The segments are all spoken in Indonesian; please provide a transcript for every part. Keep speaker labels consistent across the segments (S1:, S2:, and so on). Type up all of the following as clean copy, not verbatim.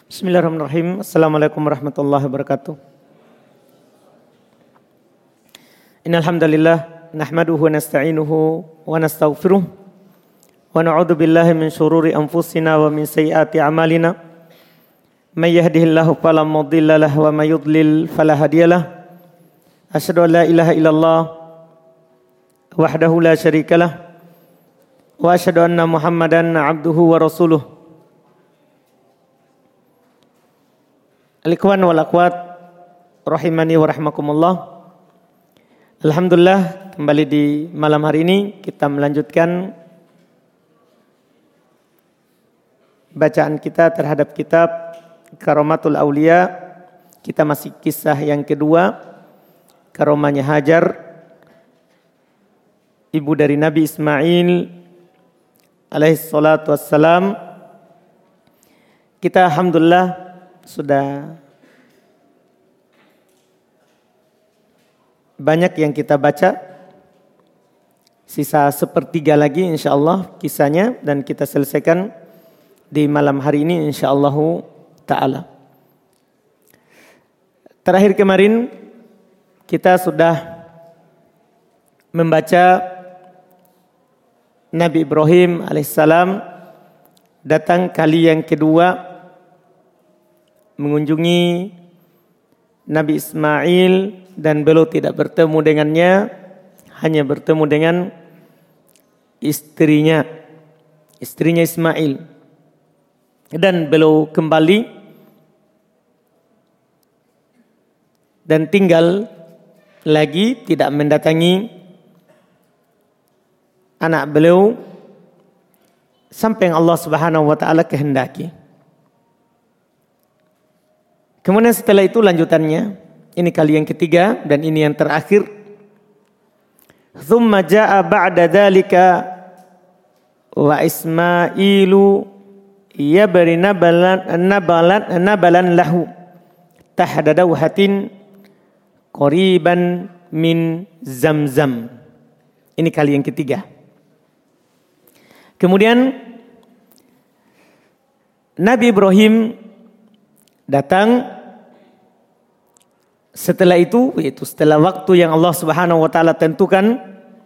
S1: Bismillahirrahmanirrahim. Assalamualaikum warahmatullahi wabarakatuh. Innal hamdalillah nahmaduhu wa nasta'inuhu wa nastaghfiruh wa na'udzu billahi min shururi anfusina wa min sayyiati a'malina. May yahdihillahu fala mudilla lahu wa may yudlil fala hadiyalah. Asyhadu an la ilaha illallah wahdahu la syarikalah wa asyhadu anna Muhammadan 'abduhu wa rasuluh. Al-ikhwan wal akhwat rahimani wa rahmakumullah. Alhamdulillah, kembali di malam hari ini kita melanjutkan bacaan kita terhadap kitab Karamatul Aulia. Kita masih kisah yang kedua, karomahnya Hajar, ibu dari Nabi Ismail alaihi salatu wassalam. Kita alhamdulillah sudah banyak yang kita baca. Sisa sepertiga lagi insyaallah kisahnya dan kita selesaikan di malam hari ini insyaallah ta'ala. Terakhir kemarin kita sudah membaca Nabi Ibrahim alaihissalam datang kali yang kedua mengunjungi Nabi Ismail dan beliau tidak bertemu dengannya, hanya bertemu dengan istrinya Ismail. Dan beliau kembali dan tinggal lagi tidak mendatangi anak beliau sampai Allah Subhanahu wa taala kehendaki. Kemudian setelah itu lanjutannya, ini kali yang ketiga dan ini yang terakhir. Tsumma jaa ba'da dzalika wa Ismailu yabri nabalan lahu tahta dawhatin qariban min Zamzam. Ini kali yang ketiga. Kemudian Nabi Ibrahim datang. Setelah itu, yaitu setelah waktu yang Allah Subhanahu wa taala tentukan,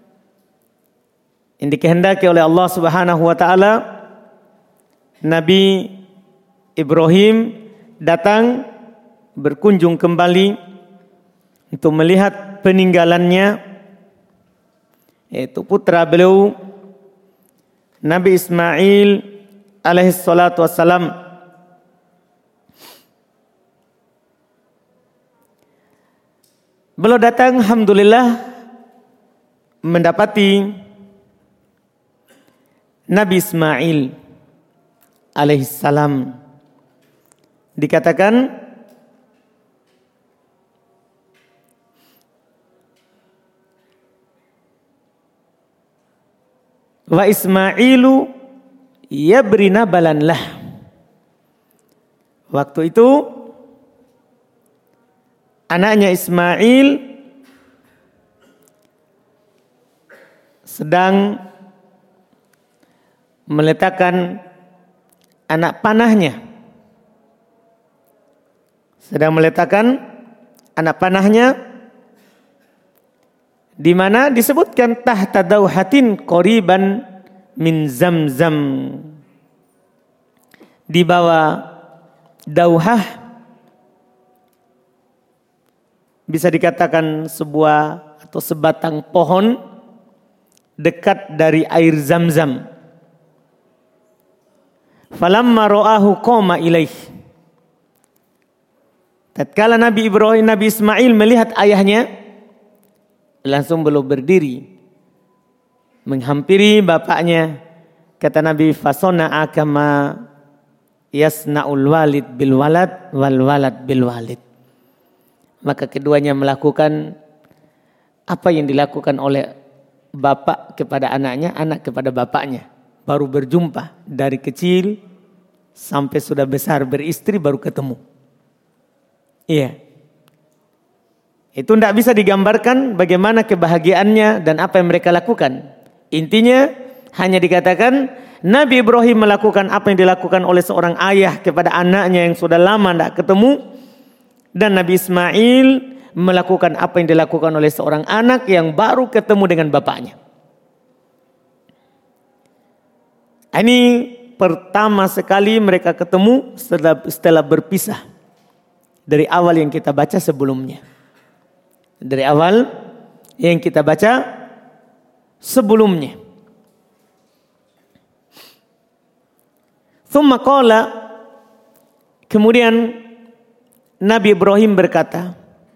S1: yang dikehendaki oleh Allah Subhanahu wa taala, Nabi Ibrahim datang berkunjung kembali untuk melihat peninggalannya, yaitu putra beliau Nabi Ismail alaihi salatu wassalam. Beliau datang alhamdulillah mendapati Nabi Ismail alaihissalam. Dikatakan wa Ismailu yabri nabalan lah. Waktu itu anaknya Ismail sedang meletakkan anak panahnya. Di mana disebutkan tahta dawhatin qariban min Zamzam. Di bawah dauhah, bisa dikatakan sebuah atau sebatang pohon dekat dari air Zamzam. Falamma ra'ahu qama ilaih. Tatkala Nabi Ismail melihat ayahnya, langsung beliau berdiri menghampiri bapaknya. Kata Nabi, fasana'a kama yasna'ul walid bil walad wal walad bil walid. Maka keduanya melakukan apa yang dilakukan oleh bapak kepada anaknya, anak kepada bapaknya. Baru berjumpa dari kecil sampai sudah besar beristri baru ketemu. Iya. Itu tidak bisa digambarkan bagaimana kebahagiaannya dan apa yang mereka lakukan. Intinya hanya dikatakan Nabi Ibrahim melakukan apa yang dilakukan oleh seorang ayah kepada anaknya yang sudah lama tidak ketemu. Dan Nabi Ismail melakukan apa yang dilakukan oleh seorang anak yang baru ketemu dengan bapaknya. Ini pertama sekali mereka ketemu setelah berpisah. Dari awal yang kita baca sebelumnya. Dari awal yang kita baca sebelumnya. Thumma qala, kemudian Nabi Ibrahim berkata,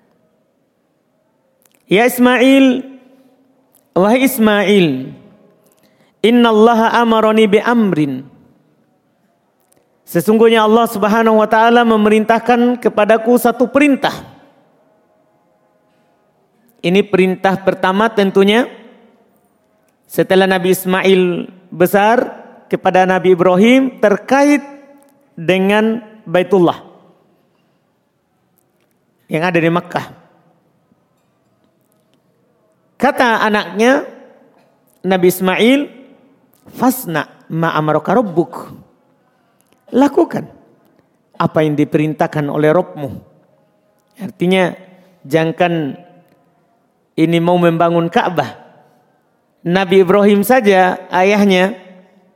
S1: Ya Ismail, wahai Ismail, innallaha amarani bi amrin. Sesungguhnya Allah Subhanahu wa taala memerintahkan kepadaku satu perintah. Ini perintah pertama tentunya setelah Nabi Ismail besar kepada Nabi Ibrahim terkait dengan Baitullah yang ada di Makkah. Kata anaknya Nabi Ismail, fasna ma amaraka rabbuk. Lakukan apa yang diperintahkan oleh Rabbmu. Artinya jangan ini mau membangun Ka'bah. Nabi Ibrahim saja ayahnya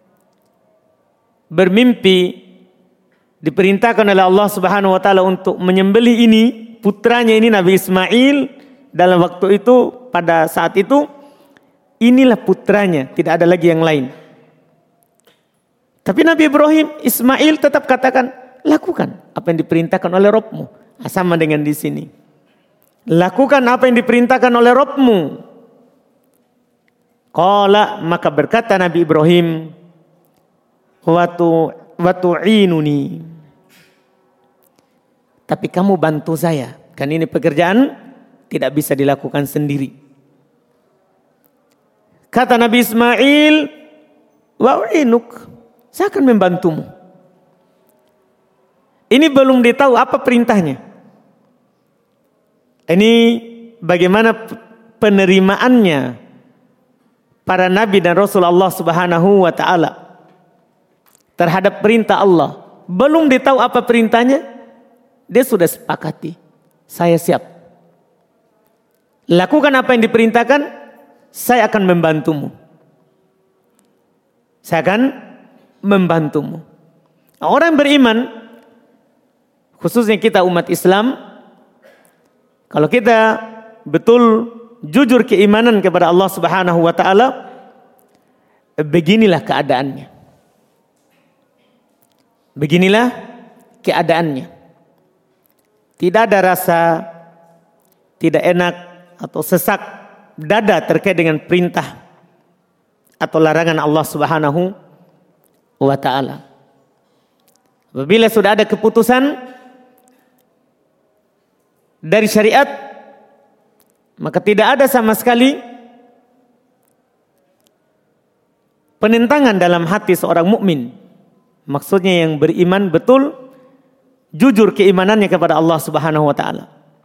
S1: bermimpi diperintahkan oleh Allah Subhanahu wa taala untuk menyembelih ini putranya ini Nabi Ismail. Dalam waktu itu, pada saat itu, inilah putranya, tidak ada lagi yang lain. Tapi Nabi Ibrahim, Ismail tetap katakan, lakukan apa yang diperintahkan oleh Rabbmu. Sama dengan di sini. Lakukan apa yang diperintahkan oleh Rabbmu. Qala, maka berkata Nabi Ibrahim, watu'inuni. Tapi kamu bantu saya. Kan ini pekerjaan tidak bisa dilakukan sendiri. Kata Nabi Ismail, wa'inuk. Saya akan membantumu. Ini belum ditahu apa perintahnya. Ini bagaimana penerimaannya para nabi dan rasul Allah Subhanahu wa taala terhadap perintah Allah. Belum ditahu apa perintahnya, dia sudah sepakati. Saya siap. Lakukan apa yang diperintahkan, saya akan membantumu. Saya akan membantumu. Orang beriman, khususnya kita umat Islam, kalau kita betul jujur keimanan kepada Allah Subhanahu wa taala, beginilah keadaannya. Beginilah keadaannya. Tidak ada rasa tidak enak atau sesak dada terkait dengan perintah atau larangan Allah Subhanahu wa taala. Apabila sudah ada keputusan dari syariat, maka tidak ada sama sekali penentangan dalam hati seorang mukmin. Maksudnya yang beriman betul, jujur keimanannya kepada Allah Subhanahu wa taala.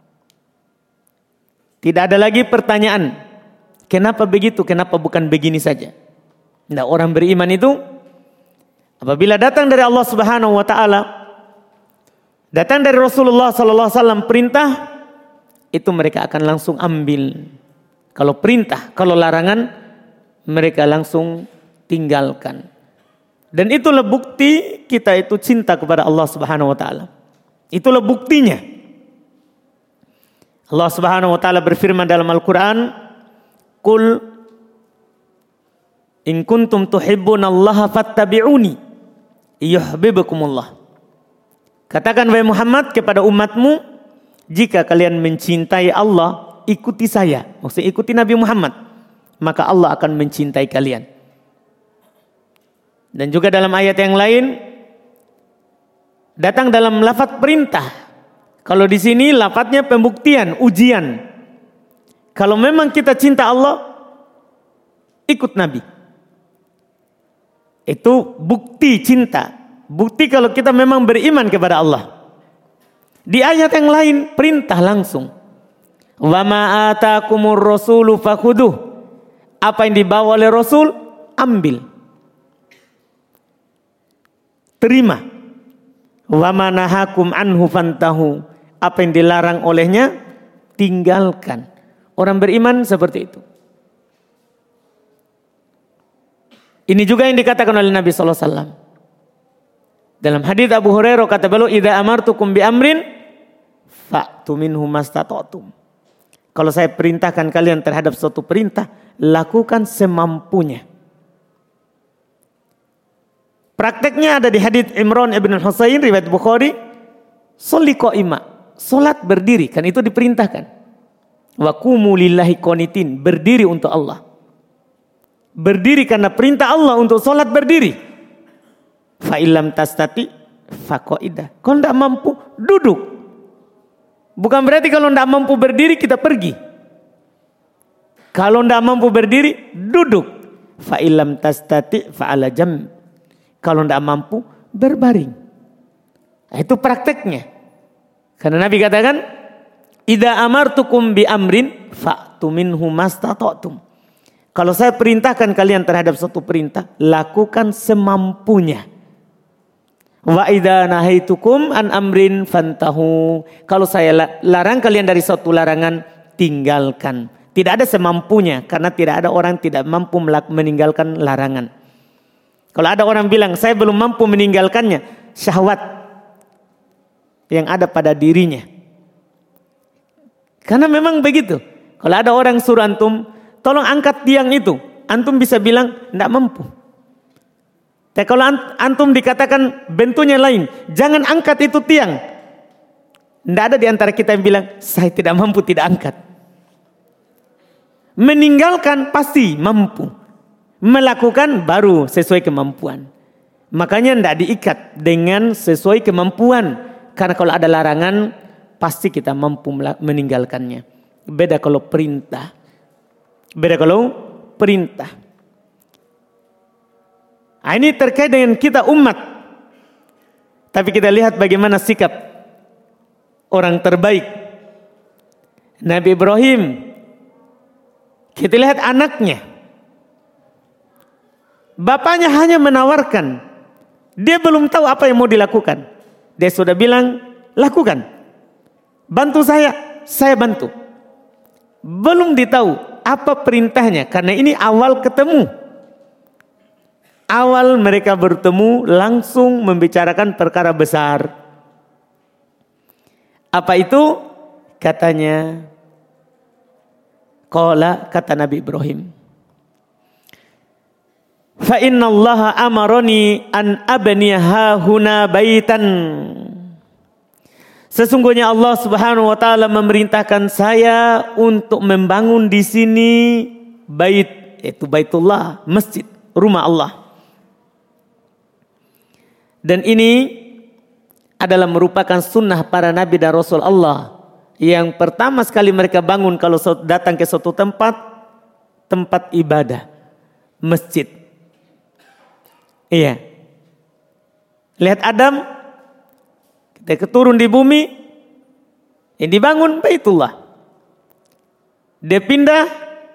S1: Tidak ada lagi pertanyaan, kenapa begitu, kenapa bukan begini saja. Nah, orang beriman itu apabila datang dari Allah Subhanahu wa taala, datang dari Rasulullah sallallahu alaihi wasallam perintah, itu mereka akan langsung ambil. Kalau perintah, kalau larangan, mereka langsung tinggalkan. Dan itulah bukti kita itu cinta kepada Allah Subhanahu wa taala. Itulah buktinya. Allah Subhanahu wa taala berfirman dalam Al-Qur'an, "Qul in kuntum tuhibbunallaha fattabi'uni yuhibbukumullah." Katakan wahai Muhammad kepada umatmu, jika kalian mencintai Allah, ikuti saya. Maksudnya ikuti Nabi Muhammad, maka Allah akan mencintai kalian. Dan juga dalam ayat yang lain datang dalam lafaz perintah. Kalau di sini lafaznya pembuktian, ujian. Kalau memang kita cinta Allah, ikut Nabi. Itu bukti cinta. Bukti kalau kita memang beriman kepada Allah. Di ayat yang lain perintah langsung. Wa ma atakumur rasulu fakhuduh. Apa yang dibawa oleh Rasul, ambil. terima. Wa manahakum anhu fantahu, apa yang dilarang olehnya tinggalkan. Orang beriman seperti itu. Ini juga yang dikatakan oleh Nabi sallallahu alaihi wasallam. Dalam hadis Abu Hurairah kata beliau, "Idza amartukum bi amrin fa'tu minhu mastata'tum." Kalau saya perintahkan kalian terhadap suatu perintah, lakukan semampunya. Prakteknya ada di hadis Imran ibn Husain riwayat Bukhari, "Sholli qa'ima", salat berdiri, kan itu diperintahkan. "Wa qumu lillahi qanitin", berdiri untuk Allah. Berdiri karena perintah Allah untuk salat berdiri. Fa illam tastati fa qa'idah. Kalau tidak mampu, duduk. Bukan berarti kalau tidak mampu berdiri kita pergi. Kalau tidak mampu berdiri, duduk. Fa illam tastati fa ala jam. Kalau tidak mampu, berbaring. Nah, itu prakteknya. Karena Nabi katakan, "Idza amartukum bi amrin fa'tu minhu mastata'tum." Kalau saya perintahkan kalian terhadap suatu perintah, lakukan semampunya. Wa idza nahaitukum an amrin fantahu. Kalau saya larang kalian dari suatu larangan, tinggalkan. Tidak ada semampunya, karena tidak ada orang tidak mampu meninggalkan larangan. Kalau ada orang bilang, saya belum mampu meninggalkannya, syahwat yang ada pada dirinya. Karena memang begitu. Kalau ada orang suruh antum, tolong angkat tiang itu, antum bisa bilang, tidak mampu. Tapi kalau antum dikatakan bentuknya lain, jangan angkat itu tiang. Tidak ada di antara kita yang bilang, saya tidak mampu tidak angkat. Meninggalkan pasti mampu. Melakukan baru sesuai kemampuan. Makanya tidak diikat dengan sesuai kemampuan. Karena kalau ada larangan, pasti kita mampu meninggalkannya. Beda kalau perintah. Nah, ini terkait dengan kita umat. Tapi kita lihat bagaimana sikap orang terbaik. Nabi Ibrahim. Kita lihat anaknya. Bapaknya hanya menawarkan. Dia belum tahu apa yang mau dilakukan. Dia sudah bilang, lakukan. Bantu saya bantu. Belum ditahu apa perintahnya. Karena ini awal ketemu. Awal mereka bertemu langsung membicarakan perkara besar. Apa itu? Katanya, kata Nabi Ibrahim, fa innallaha amaroni an abniya huna baitan. Sesungguhnya Allah Subhanahu wa taala memerintahkan saya untuk membangun di sini bait, yaitu Baitullah, masjid, rumah Allah. Dan ini adalah merupakan sunnah para nabi dan rasul Allah. Yang pertama sekali mereka bangun kalau datang ke suatu tempat ibadah, masjid. Iya. Lihat Adam, ketika turun di bumi, yang dibangun Baitullah. Dia pindah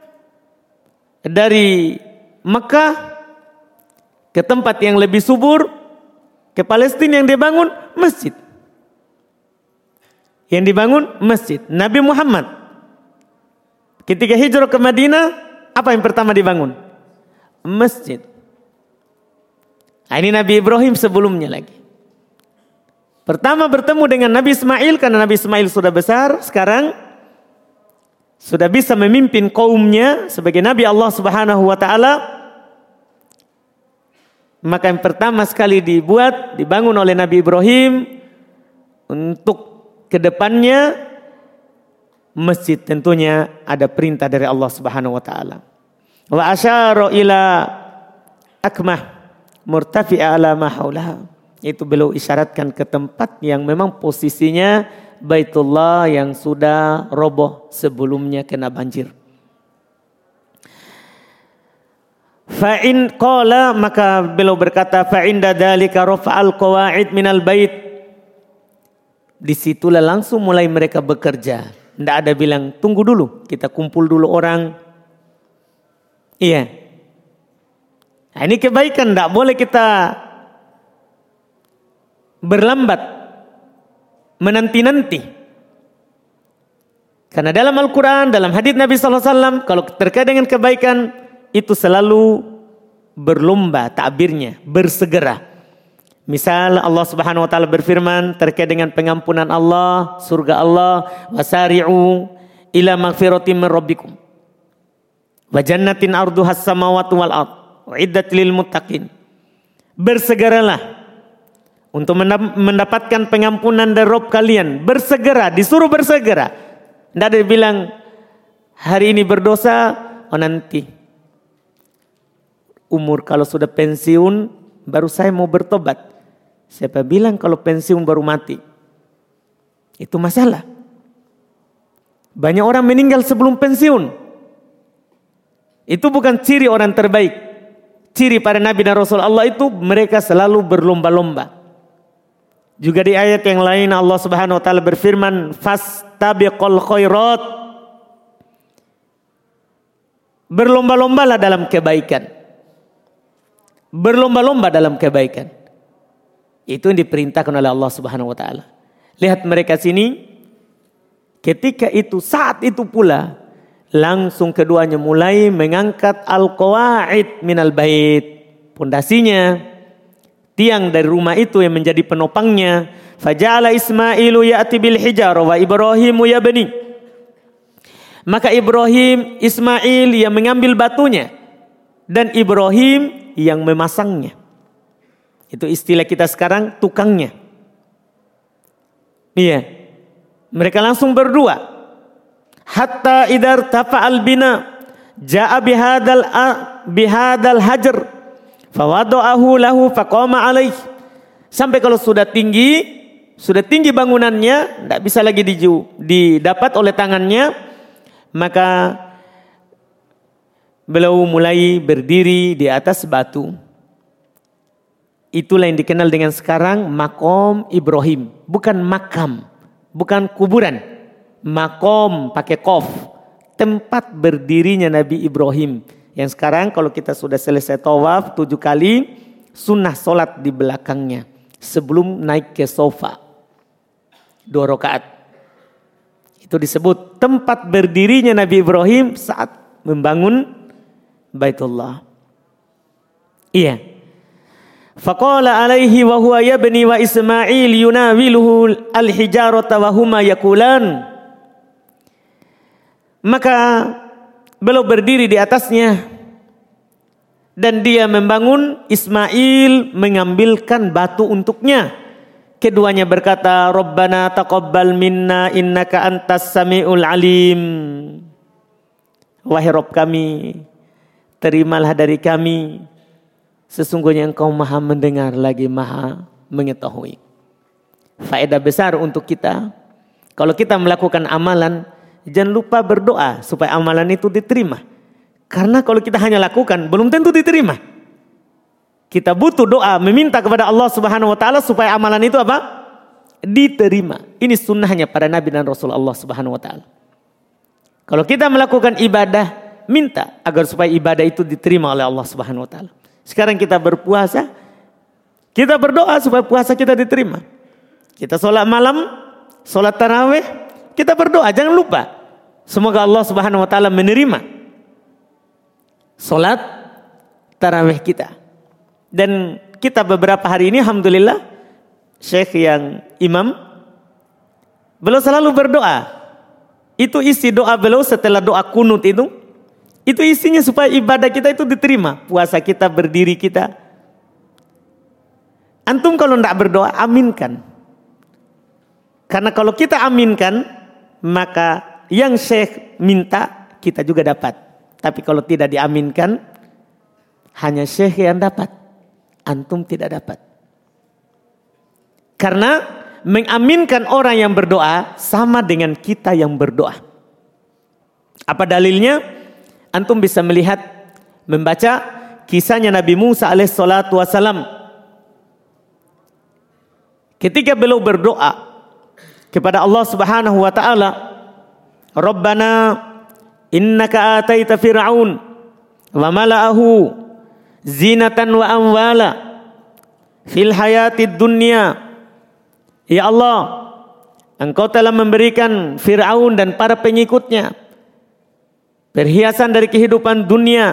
S1: dari Mekah ke tempat yang lebih subur, ke Palestina, yang dibangun masjid. Yang dibangun masjid. Nabi Muhammad ketika hijrah ke Madinah, apa yang pertama dibangun? Masjid. Nah, ini Nabi Ibrahim sebelumnya lagi. Pertama bertemu dengan Nabi Ismail, karena Nabi Ismail sudah besar, sekarang sudah bisa memimpin kaumnya sebagai Nabi Allah Subhanahu wa taala. Maka yang pertama sekali dibangun oleh Nabi Ibrahim untuk kedepannya masjid, tentunya ada perintah dari Allah Subhanahu wa taala. Wa asyara ila akmah murtafi'a ala ma haulaha. Itu beliau isyaratkan ke tempat yang memang posisinya Baitullah yang sudah roboh sebelumnya kena banjir. Fa'in qala, maka beliau berkata, fa'inda dzalika rafa'al qawaid minal bait. Disitulah langsung mulai mereka bekerja. Tidak ada bilang tunggu dulu, kita kumpul dulu orang. Iya. Nah, ini kebaikan, tidak boleh kita berlambat, menanti-nanti. Karena dalam Al-Quran, dalam hadits Nabi SAW, kalau terkait dengan kebaikan, itu selalu berlomba takbirnya, bersegera. Misal Allah Subhanahu wa taala berfirman terkait dengan pengampunan Allah, surga Allah, wasari'u ila magfiratin min rabbikum wa jannatin arduhas samawati wal ard uiddat lil muttaqin. Bersegeralah untuk mendapatkan pengampunan dari Rabb kalian. Bersegera, disuruh bersegera. Tidak ada bilang hari ini berdosa, oh nanti umur kalau sudah pensiun baru saya mau bertobat. Siapa bilang kalau pensiun baru mati? Itu masalah. Banyak orang meninggal sebelum pensiun. Itu bukan ciri orang terbaik. Ciri para nabi dan rasul Allah itu mereka selalu berlomba-lomba. Juga di ayat yang lain Allah Subhanahu wa taala berfirman, "Fastabiqul khairat." Berlomba-lombalah dalam kebaikan. Berlomba-lomba dalam kebaikan. Itu yang diperintahkan oleh Allah Subhanahu wa taala. Lihat mereka sini, ketika itu saat itu pula langsung keduanya mulai mengangkat al-qawaid minal bait, pondasinya, tiang dari rumah itu yang menjadi penopangnya. Faja'ala Ismailu ya'ti bil hijarah wa Ibrahimu yabni. Maka Ibrahim, Ismail yang mengambil batunya dan Ibrahim yang memasangnya. Itu istilah kita sekarang, tukangnya. Iya. Mereka langsung berdua. Hatta idar tafa'al bina ja'a bihadal hajar fawadu'ahu lahu faqama alaih. Sampai kalau sudah tinggi bangunannya, tidak bisa lagi didapat oleh tangannya, maka beliau mulai berdiri di atas batu. Itulah yang dikenal dengan sekarang makom Ibrahim. Bukan makam, bukan kuburan. Makom pakai kof. Tempat berdirinya Nabi Ibrahim. Yang sekarang kalau kita sudah selesai tawaf 7 kali, sunnah solat di belakangnya. Sebelum naik ke sofa. 2 rakaat. Itu disebut tempat berdirinya Nabi Ibrahim saat membangun Baitullah. Iya. Faqala alaihi wa huwa yabni wa Ismail yunawiluhu al-hijarata wa huma yakulan. Maka beliau berdiri di atasnya dan dia membangun, Ismail mengambilkan batu untuknya. Keduanya berkata, Rabbana taqabbal minna innaka antas sami'ul alim. Wahai Rabb kami, terimalah dari kami. Sesungguhnya engkau maha mendengar lagi maha mengetahui. Faedah besar untuk kita. Kalau kita melakukan amalan, jangan lupa berdoa supaya amalan itu diterima. Karena kalau kita hanya lakukan, belum tentu diterima. Kita butuh doa, meminta kepada Allah Subhanahu wa taala supaya amalan itu apa? Diterima. Ini sunnahnya para nabi dan rasul Allah Subhanahu wa taala. Kalau kita melakukan ibadah, minta agar supaya ibadah itu diterima oleh Allah Subhanahu wa taala. Sekarang kita berpuasa, kita berdoa supaya puasa kita diterima. Kita sholat malam, sholat tarawih, kita berdoa. Jangan lupa, semoga Allah Subhanahu wa taala menerima sholat tarawih kita. Dan kita beberapa hari ini alhamdulillah, Syekh yang imam, beliau selalu berdoa. Itu isi doa beliau setelah doa kunut itu isinya supaya ibadah kita itu diterima. Puasa kita, berdiri kita. Antum kalau tidak berdoa, aminkan. Karena kalau kita aminkan, maka yang Syekh minta, kita juga dapat. Tapi kalau tidak diaminkan, hanya Syekh yang dapat. Antum tidak dapat. Karena mengaminkan orang yang berdoa, sama dengan kita yang berdoa. Apa dalilnya? Antum bisa melihat, membaca kisahnya Nabi Musa alaihissalatu wassalam. Ketika beliau berdoa kepada Allah Subhanahu wa taala, Rabbana innaka ataita fir'aun wa mala'ahu zinatan wa amwala fil hayatid dunya Ya Allah, Engkau telah memberikan Fir'aun dan para pengikutnya perhiasan dari kehidupan dunia,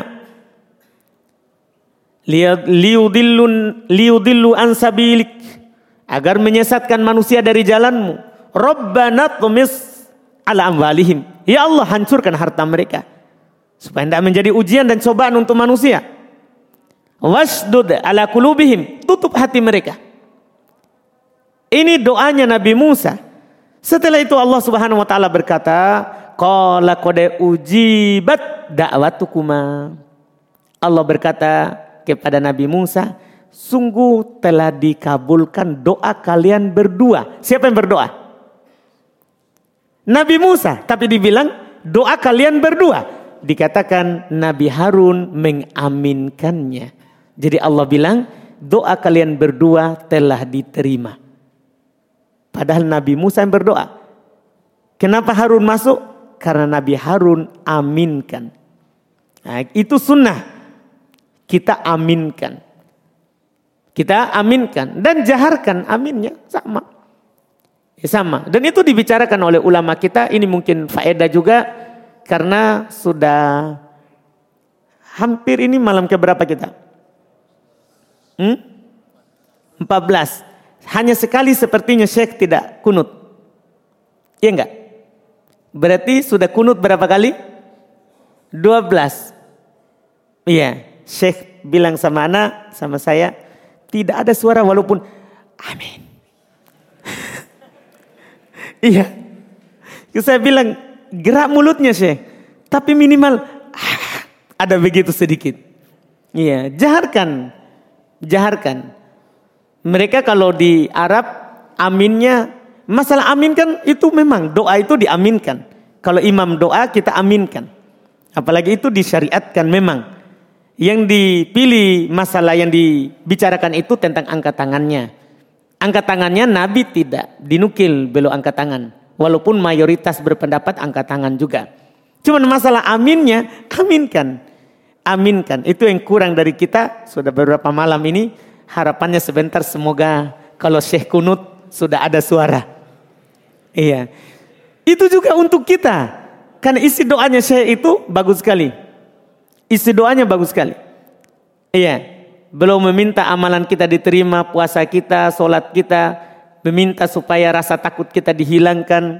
S1: liyudillu an sabilik, agar menyesatkan manusia dari jalanmu. Rabbana tumis ala amwalihim, ya Allah hancurkan harta mereka supaya tidak menjadi ujian dan cobaan untuk manusia. Wasdud ala qulubihim, tutup hati mereka. Ini doanya Nabi Musa. Setelah itu Allah Subhanahu wa taala berkata, qala qad ujibat da'watukuma. Allah berkata kepada Nabi Musa, sungguh telah dikabulkan doa kalian berdua. Siapa yang berdoa? Nabi Musa, tapi dibilang doa kalian berdua. Dikatakan Nabi Harun mengaminkannya. Jadi Allah bilang doa kalian berdua telah diterima. Padahal Nabi Musa yang berdoa. Kenapa Harun masuk? Karena Nabi Harun aminkan. Nah, itu sunnah. Kita aminkan. Kita aminkan dan jaharkan aminnya sama. Sama. Dan itu dibicarakan oleh ulama kita. Ini mungkin faedah juga karena sudah hampir ini malam keberapa kita? 14. Hanya sekali sepertinya Syekh tidak kunut. Iya enggak? Berarti sudah kunut berapa kali? 12. Iya. Syekh bilang sama anak, sama saya, tidak ada suara walaupun amin. Iya. Saya bilang gerak mulutnya Syekh, tapi minimal ada begitu sedikit. Iya, jaharkan. Jaharkan. Mereka kalau di Arab aminnya, masalah amin kan itu memang doa itu diaminkan. Kalau imam doa kita aminkan. Apalagi itu disyariatkan memang. Yang dipilih masalah yang dibicarakan itu tentang angkat tangannya. Angkat tangannya Nabi tidak dinukil beliau angkat tangan. Walaupun mayoritas berpendapat angkat tangan juga. Cuman masalah aminnya, aminkan. Aminkan. Itu yang kurang dari kita sudah beberapa malam ini. Harapannya sebentar semoga kalau Syekh kunut sudah ada suara. Iya. Itu juga untuk kita. Karena isi doanya Syekh itu bagus sekali. Isi doanya bagus sekali. Iya. Belum meminta amalan kita diterima, puasa kita, sholat kita. Meminta supaya rasa takut kita dihilangkan.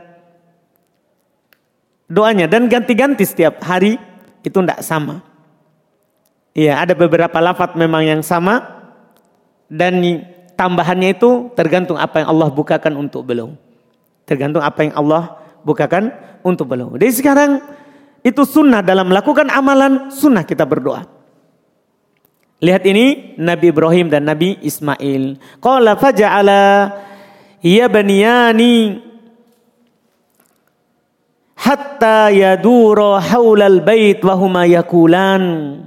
S1: Doanya. Dan ganti-ganti setiap hari itu tidak sama. Iya. Ada beberapa lafaz memang yang sama. Dan tambahannya itu tergantung apa yang Allah bukakan untuk beliau. Tergantung apa yang Allah bukakan untuk beliau. Jadi sekarang itu sunnah dalam melakukan amalan, sunnah kita berdoa. Lihat ini Nabi Ibrahim dan Nabi Ismail. Qala faja'ala ya baniyani hatta yadura haulal bait wa huma yakulan.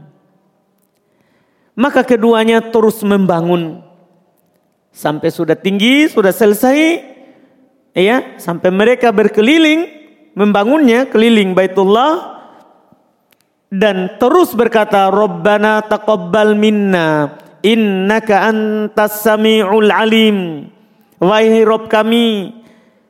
S1: Maka keduanya terus membangun sampai sudah tinggi, sudah selesai, ya, sampai mereka berkeliling membangunnya, keliling Baitullah dan terus berkata, Rabbana taqabbal minna innaka antas sami'ul alim. Wahai Rabb kami,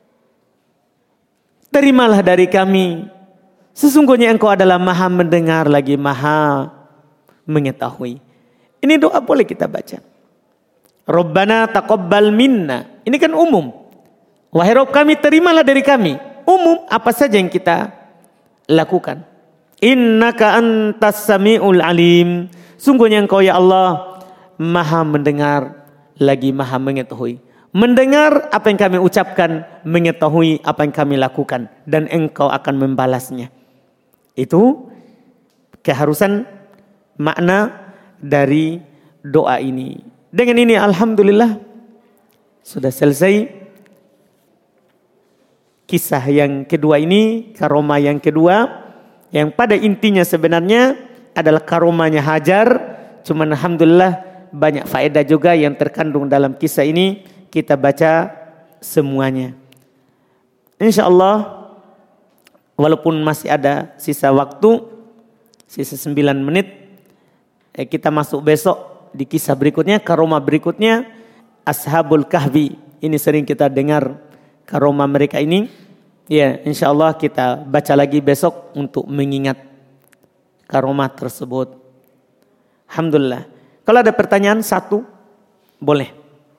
S1: terimalah dari kami. Sesungguhnya Engkau adalah Maha mendengar lagi Maha mengetahui. Ini doa boleh kita baca. Rabbana taqabbal minna. Ini kan umum. Wahai Rabb kami, terimalah dari kami. Umum apa saja yang kita lakukan. Innaka antas sami'ul alim. Sungguhnya Engkau ya Allah Maha mendengar lagi Maha mengetahui. Mendengar apa yang kami ucapkan, mengetahui apa yang kami lakukan, dan Engkau akan membalasnya. Itu keharusan makna dari doa ini. Dengan ini alhamdulillah sudah selesai kisah yang kedua ini, karomah yang kedua, yang pada intinya sebenarnya adalah karomahnya Hajar. Cuman alhamdulillah banyak faedah juga yang terkandung dalam kisah ini, kita baca semuanya. InsyaAllah walaupun masih ada sisa waktu, sisa 9 menit, kita masuk besok di kisah berikutnya, karomah berikutnya Ashabul Kahfi. ini sering kita dengar karomah mereka ini. Ya, insya Allah kita baca lagi besok untuk mengingat karomah tersebut. Alhamdulillah. Kalau ada pertanyaan satu, boleh.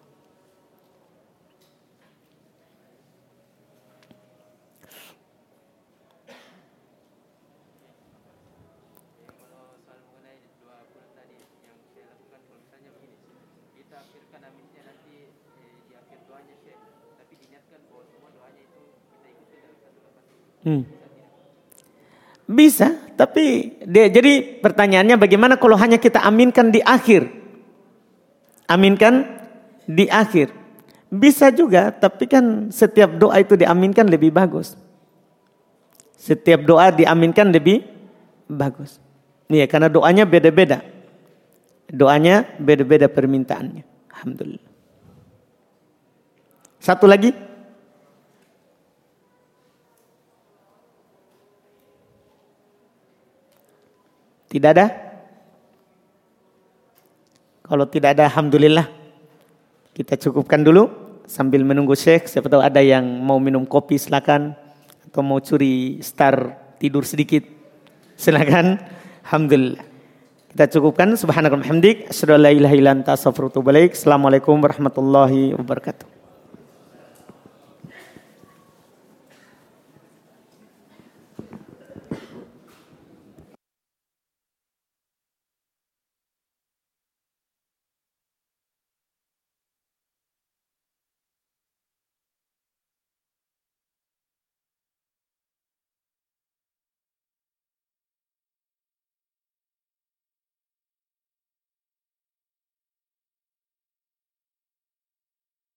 S1: Bisa, tapi jadi pertanyaannya bagaimana kalau hanya kita aminkan di akhir? Aminkan di akhir. Bisa juga, tapi kan setiap doa itu diaminkan lebih bagus. Setiap doa diaminkan lebih bagus. Iya, karena doanya beda-beda. Doanya beda-beda permintaannya. Alhamdulillah. Satu lagi. Tidak ada? Kalau tidak ada, alhamdulillah. Kita cukupkan dulu sambil menunggu Syekh. Siapa tahu ada yang mau minum kopi, silakan. Atau mau curi star tidur sedikit, silakan. Alhamdulillah. Kita cukupkan. Subhanakallahumma hamdik, asyhadu an la ilaha illa anta astaghfiruka wa atubu ilaik. Assalamualaikum warahmatullahi wabarakatuh.